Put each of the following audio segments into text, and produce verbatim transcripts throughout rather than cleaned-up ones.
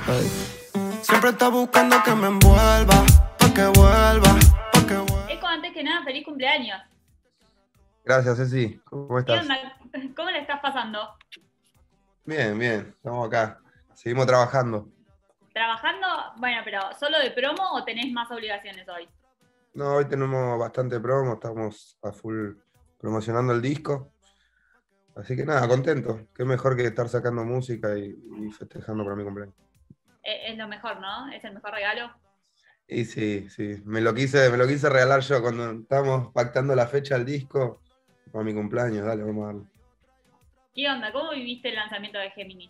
Ey. Siempre está buscando que me envuelva, pa' que vuelva, pa' que vuelva. Eco, antes que nada, feliz cumpleaños. Gracias, Ceci. ¿Cómo ¿Qué estás? onda? ¿Cómo le estás pasando? Bien, bien. Estamos acá. Seguimos trabajando. ¿Trabajando? Bueno, pero ¿solo de promo o tenés más obligaciones hoy? No, hoy tenemos bastante promo. Estamos a full promocionando el disco. Así que nada, contento. Qué mejor que estar sacando música y, y festejando por mi cumpleaños. Eh, es lo mejor, ¿no? Es el mejor regalo. Y sí, sí. Me lo quise, me lo quise regalar yo cuando estábamos pactando la fecha del disco. Para mi cumpleaños, dale, vamos a darle. ¿Qué onda? ¿Cómo viviste el lanzamiento de Géminis?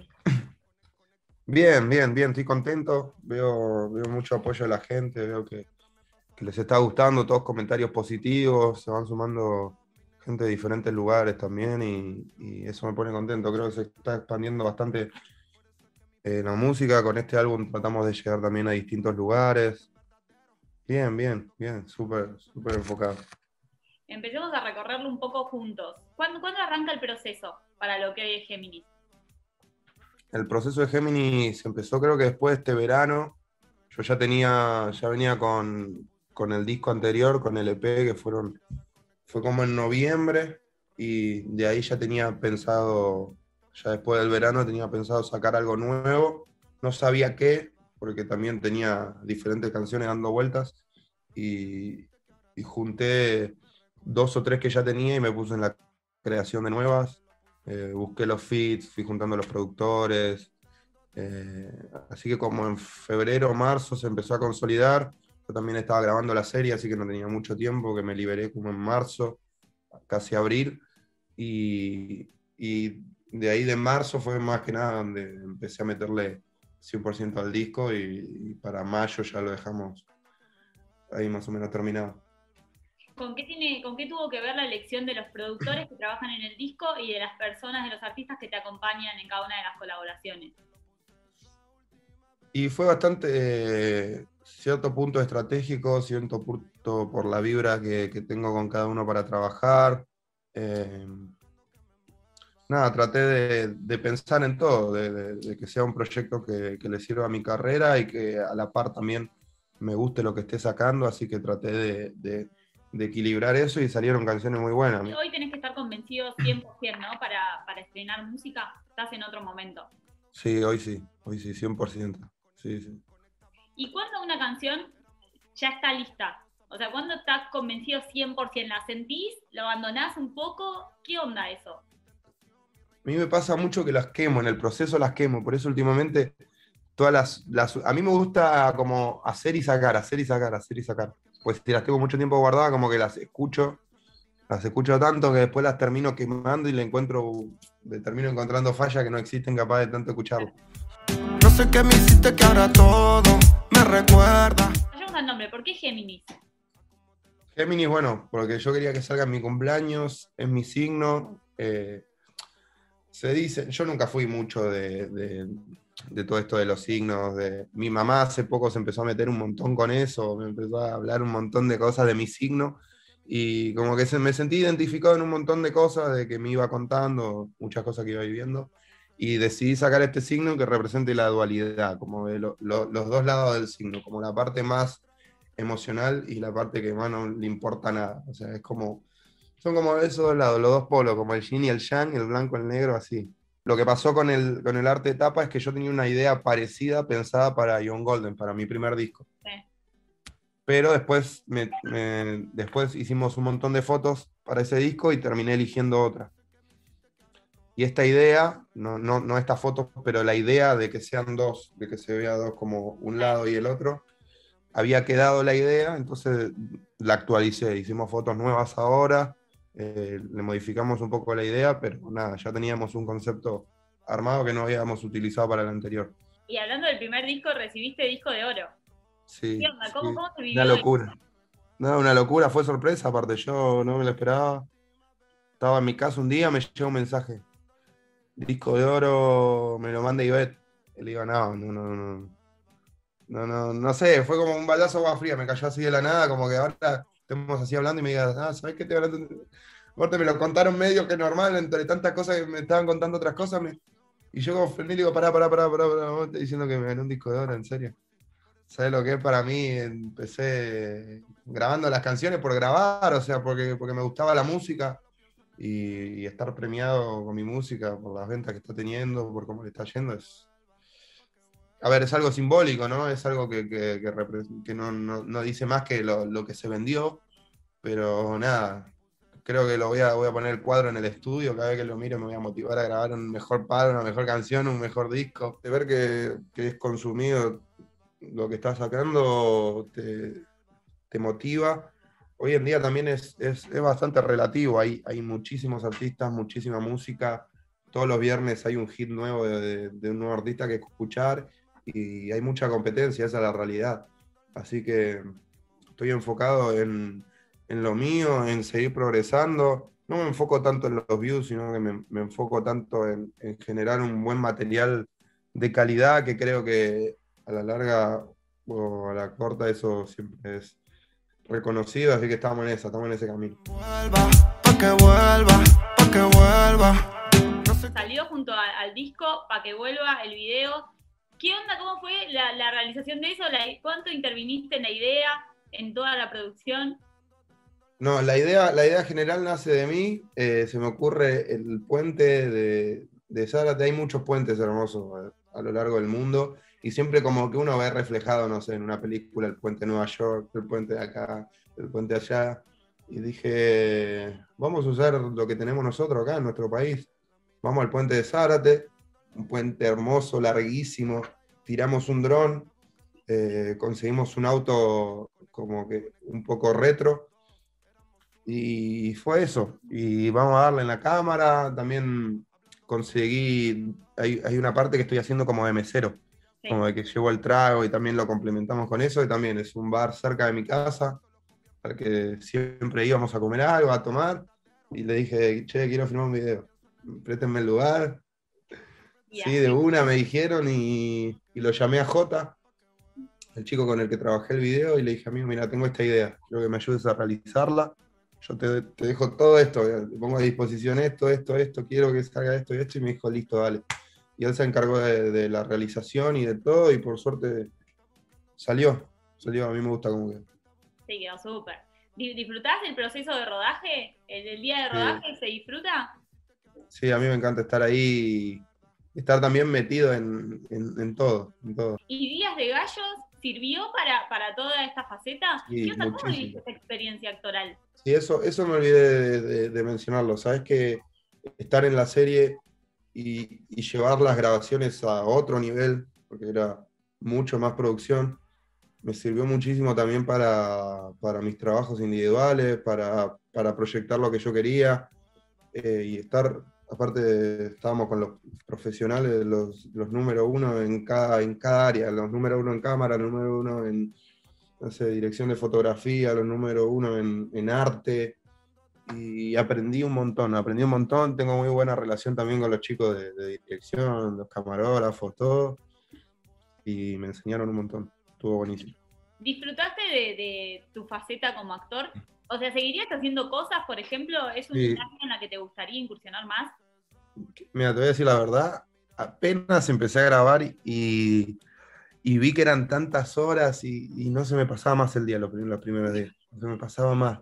Bien, bien, bien. Estoy contento. Veo, veo mucho apoyo de la gente. Veo que, que les está gustando, todos comentarios positivos. Se van sumando gente de diferentes lugares también y, y eso me pone contento. Creo que se está expandiendo bastante eh, la música. Con este álbum tratamos de llegar también a distintos lugares. Bien, bien, bien. Súper, súper enfocado. Empecemos a recorrerlo un poco juntos. ¿Cuándo, ¿cuándo arranca el proceso para lo que es Géminis? El proceso de Géminis empezó creo que después de este verano. Yo ya tenía, ya venía con, con el disco anterior, con el E P, que fueron, fue como en noviembre, y de ahí ya tenía pensado, ya después del verano tenía pensado sacar algo nuevo. No sabía qué, porque también tenía diferentes canciones dando vueltas, y, y junté dos o tres que ya tenía y me puse en la creación de nuevas. Eh, busqué los feats, fui juntando los productores. Eh, así que como en febrero o marzo se empezó a consolidar. Yo también estaba grabando la serie, así que no tenía mucho tiempo, que me liberé como en marzo, casi abril. Y, y de ahí de marzo fue más que nada donde empecé a meterle cien por ciento al disco y, y para mayo ya lo dejamos ahí más o menos terminado. ¿Con qué, tiene, ¿Con qué tuvo que ver la elección de los productores que trabajan en el disco y de las personas, de los artistas que te acompañan en cada una de las colaboraciones? Y fue bastante, eh, cierto punto estratégico, cierto punto por la vibra que, que tengo con cada uno para trabajar. Eh, nada, traté de, de pensar en todo, de, de- de que sea un proyecto que, que le sirva a mi carrera y que a la par también me guste lo que esté sacando, así que traté de, de- de equilibrar eso y salieron canciones muy buenas. Hoy tenés que estar convencido cien por ciento, ¿no? Para, para estrenar música, estás en otro momento. Sí, hoy sí, hoy sí, cien por ciento. Sí, sí. ¿Y cuándo una canción ya está lista? O sea, ¿cuándo estás convencido cien por ciento? ¿La sentís? ¿Lo abandonás un poco? ¿Qué onda eso? A mí me pasa mucho que las quemo, en el proceso las quemo, por eso últimamente todas las, las, a mí me gusta como hacer y sacar, hacer y sacar, hacer y sacar. Pues si las tengo mucho tiempo guardadas, como que las escucho, las escucho tanto que después las termino quemando y le encuentro, le termino encontrando fallas que no existen capaz de tanto escucharlo. No sé qué me hiciste que ahora todo me recuerda. Vayamos al nombre, ¿por qué Géminis? Géminis, bueno, porque yo quería que salga en mi cumpleaños, es mi signo. eh, se dice, yo nunca fui mucho de, de, de todo esto de los signos. De, mi mamá hace poco se empezó a meter un montón con eso, me empezó a hablar un montón de cosas de mi signo y como que se, me sentí identificado en un montón de cosas de que me iba contando, muchas cosas que iba viviendo. Y decidí sacar este signo que represente la dualidad, como de lo, lo, los dos lados del signo, como la parte más emocional y la parte que más no le importa nada. O sea, es como, son como esos dos lados, los dos polos, como el yin y el yang, el blanco y el negro, así. Lo que pasó con el, con el arte de tapa es que yo tenía una idea parecida pensada para John Golden, para mi primer disco. Sí. Pero después, me, me, después hicimos un montón de fotos para ese disco y terminé eligiendo otra. Y esta idea, no, no, no estas fotos, pero la idea de que sean dos, de que se vea dos como un lado y el otro, había quedado la idea, entonces la actualicé, hicimos fotos nuevas ahora, eh, le modificamos un poco la idea, pero nada, ya teníamos un concepto armado que no habíamos utilizado para el anterior. Y hablando del primer disco, recibiste disco de oro. Sí, ¿Qué onda? ¿Cómo, sí, cómo se vivió una eso? locura. No, una locura, fue sorpresa, aparte yo no me lo esperaba. Estaba en mi casa un día, me llegó un mensaje, disco de oro, me lo manda Ivette. Y le digo, no, no, no, no. No, no, no sé, fue como un balazo de agua fría, me cayó así de la nada, como que ahora estemos así hablando y me digas, ah, ¿sabes qué te hablando? Aparte me lo contaron medio que normal, entre tantas cosas que me estaban contando otras cosas, me, Y yo como frené, digo, pará, pará, pará, pará, pará, vos estás diciendo que me gané un disco de oro, en serio. ¿Sabes lo que es para mí? Empecé grabando las canciones por grabar, o sea, porque, porque me gustaba la música y, y estar premiado con mi música por las ventas que está teniendo, por cómo le está yendo, es... A ver, es algo simbólico, ¿no? Es algo que, que, que, repre- que no, no, no dice más que lo, lo que se vendió, pero nada, creo que lo voy a, voy a poner el cuadro en el estudio, cada vez que lo mire me voy a motivar a grabar un mejor palo, una mejor canción, un mejor disco. De ver que, que es consumido lo que estás sacando te, te motiva. Hoy en día también es, es, es bastante relativo, hay, hay muchísimos artistas, muchísima música, todos los viernes hay un hit nuevo de, de, de un nuevo artista que escuchar y hay mucha competencia, esa es la realidad. Así que estoy enfocado en, en lo mío, en seguir progresando. No me enfoco tanto en los views, sino que me, me enfoco tanto en, en generar un buen material de calidad que creo que a la larga o a la corta eso siempre es reconocido, así que estamos en esa, estamos en ese camino. Vuelva, pa' que vuelva, pa' que vuelva. Salió junto a- al disco Pa' que vuelva el video. ¿Qué onda? ¿Cómo fue la, la realización de eso? La- ¿Cuánto interviniste en la idea, en toda la producción? No, la idea, la idea general nace de mí, eh, se me ocurre el puente de, de Zárate, hay muchos puentes hermosos a, a lo largo del mundo, y siempre como que uno ve reflejado, no sé, en una película, el puente de Nueva York, el puente de acá, el puente de allá, y dije, vamos a usar lo que tenemos nosotros acá en nuestro país, vamos al puente de Zárate, un puente hermoso, larguísimo, tiramos un dron, eh, conseguimos un auto como que un poco retro, y fue eso. Y vamos a darle en la cámara. También conseguí. Hay, hay una parte que estoy haciendo como de mesero, Sí. como de que llevo el trago y también lo complementamos con eso. Y también es un bar cerca de mi casa, al que siempre íbamos a comer algo, a tomar. Y le dije, che, quiero filmar un video. Préstenme el lugar. Y Sí, de así. una me dijeron y, y lo llamé a Jota, el chico con el que trabajé el video, y le dije, amigo, mira, tengo esta idea, quiero que me ayudes a realizarla. Yo te, te dejo todo esto, te pongo a disposición esto, esto, esto, quiero que salga esto y esto, y me dijo, listo, dale. Y él se encargó de, de la realización y de todo, y por suerte salió, salió, a mí me gusta como que... Sí, quedó súper. Di- ¿Disfrutás del proceso de rodaje? ¿El, el día de Sí, rodaje se disfruta? sí, a mí me encanta estar ahí y estar también metido en, en, en todo, en todo. ¿Y Días de Gallos sirvió para, para toda esta faceta? ¿Qué Sí, onda? ¿Cómo viviste muchísimo. esta experiencia actoral? Sí, eso, eso me olvidé de, de- de mencionarlo. Sabes que estar en la serie y, y llevar las grabaciones a otro nivel, porque era mucho más producción, me sirvió muchísimo también para, para mis trabajos individuales, para, para proyectar lo que yo quería eh, y estar, aparte estábamos con los profesionales, los, los número uno en cada, en cada área, los número uno en cámara, los número uno en, no sé, dirección de fotografía, los número uno en, en arte, y aprendí un montón, aprendí un montón, tengo muy buena relación también con los chicos de, de dirección, los camarógrafos, todo, y me enseñaron un montón, estuvo buenísimo. ¿Disfrutaste de, de tu faceta como actor? O sea, ¿seguirías haciendo cosas, por ejemplo? ¿Es un Sí. área en la que te gustaría incursionar más? Mira, te voy a decir la verdad, apenas empecé a grabar y, y vi que eran tantas horas y, y no se me pasaba más el día los, prim- los primeros días, no se me pasaba más.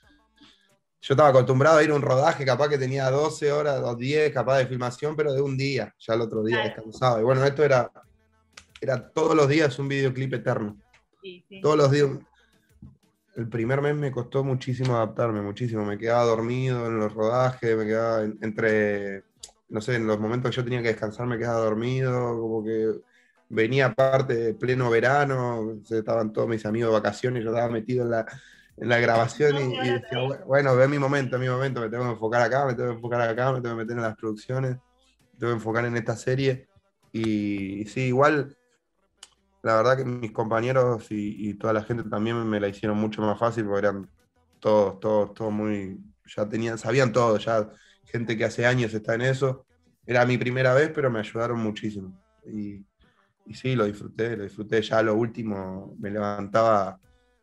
Yo estaba acostumbrado a ir a un rodaje, capaz que tenía doce horas o diez capaz de filmación, pero de un día, ya el otro día Claro. descansaba. Y bueno, esto era, era todos los días un videoclip eterno. Sí, sí. Todos los días. El primer mes me costó muchísimo adaptarme, muchísimo. Me quedaba dormido en los rodajes, me quedaba en- entre, no sé, en los momentos que yo tenía que descansar me quedaba dormido, como que venía aparte de pleno verano, o sea, estaban todos mis amigos de vacaciones, yo estaba metido en la, en la grabación y, doce y horas decía, ahí. "Bu- bueno, ve mi momento, mi momento, me tengo que enfocar acá, me tengo que enfocar acá, me tengo que meter en las producciones, me tengo que enfocar en esta serie". Y sí, igual la verdad que mis compañeros y, y toda la gente también me la hicieron mucho más fácil porque eran todos, todos, todos muy, ya tenían, sabían todo, ya gente que hace años está en eso. Era mi primera vez, pero me ayudaron muchísimo. Y, y sí, lo disfruté, lo disfruté. Ya lo último me levantaba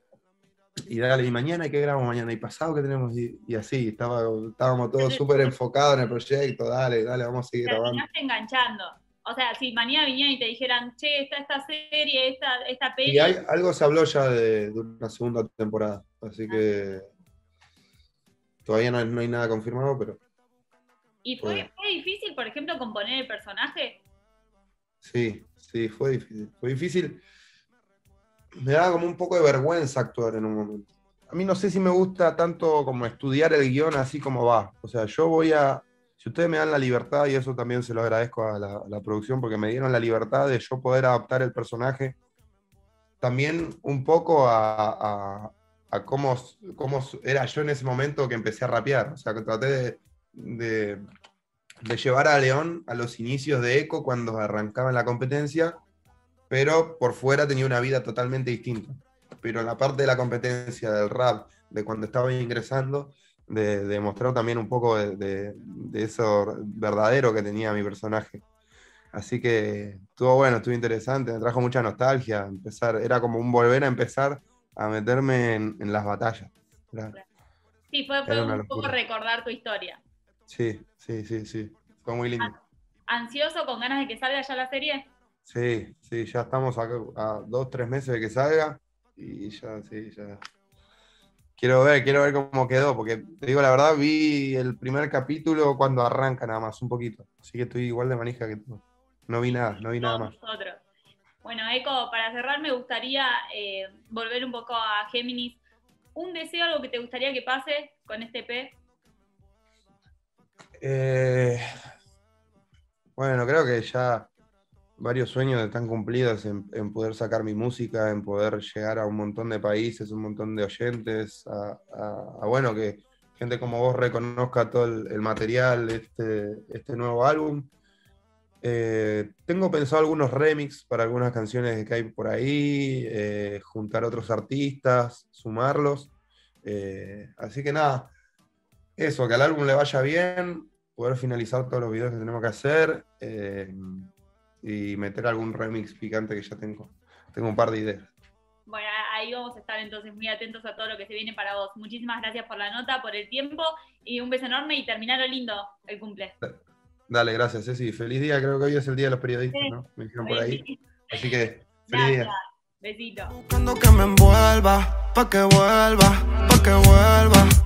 y dale, y mañana, ¿qué grabamos mañana? ¿Y pasado qué tenemos? Y, y así, estaba, estábamos todos súper enfocados en el proyecto, dale, dale, vamos a seguir grabando. Terminaste enganchando. O sea, si mañana vinieran y te dijeran, che, está esta serie, esta, esta peli. Y hay, algo se habló ya de, de una segunda temporada, así que todavía no, no hay nada confirmado, pero... ¿Y fue, fue difícil, por ejemplo, componer el personaje? Sí, sí, fue difícil. Fue difícil. Me daba como un poco de vergüenza actuar en un momento. A mí no sé si me gusta tanto como estudiar el guión así como va. O sea, yo voy a... Si ustedes me dan la libertad, y eso también se lo agradezco a la, a la producción, porque me dieron la libertad de yo poder adaptar el personaje también un poco a, a, a cómo, cómo era yo en ese momento que empecé a rapear. O sea, que traté de, de, de llevar a León a los inicios de Eco cuando arrancaba en la competencia, pero por fuera tenía una vida totalmente distinta. Pero la parte de la competencia, del rap, de cuando estaba ingresando, de, de mostrar también un poco de, de, de eso verdadero que tenía mi personaje. Así que estuvo bueno, estuvo interesante, me trajo mucha nostalgia. Empezar, era como un volver a empezar a meterme en, en las batallas. Era, sí, fue, fue un poco recordar tu historia. Sí, sí, sí, sí. Fue muy lindo. ¿Ansioso con ganas de que salga ya la serie? Sí, sí, ya estamos a, a dos, tres meses de que salga. Y ya, sí, ya. Quiero ver, quiero ver cómo quedó, porque te digo la verdad, vi el primer capítulo cuando arranca nada más, un poquito. Así que estoy igual de manija que tú. No vi nada, no vi nada más. Nosotros. Bueno, Eco, para cerrar me gustaría eh, volver un poco a Géminis. ¿Un deseo, algo que te gustaría que pase con este E P? Eh, bueno, creo que ya varios sueños están cumplidos en, en poder sacar mi música, en poder llegar a un montón de países, un montón de oyentes, a, a, a bueno, que gente como vos reconozca todo el, el material, este, este nuevo álbum. Eh, tengo pensado algunos remix para algunas canciones que hay por ahí, eh, juntar otros artistas, sumarlos. Eh, así que nada, eso, que al álbum le vaya bien, poder finalizar todos los videos que tenemos que hacer eh, y meter algún remix picante que ya tengo. Tengo un par de ideas. Bueno, ahí vamos a estar entonces muy atentos a todo lo que se viene para vos. Muchísimas gracias por la nota, por el tiempo y un beso enorme y terminaron lindo el cumple. Dale, gracias, Ceci. Feliz día, creo que hoy es el día de los periodistas, sí, ¿no? Me dijeron por ahí. Así que, feliz gracias. día. Besito. Buscando que me envuelva, pa' que vuelva, pa' que vuelva.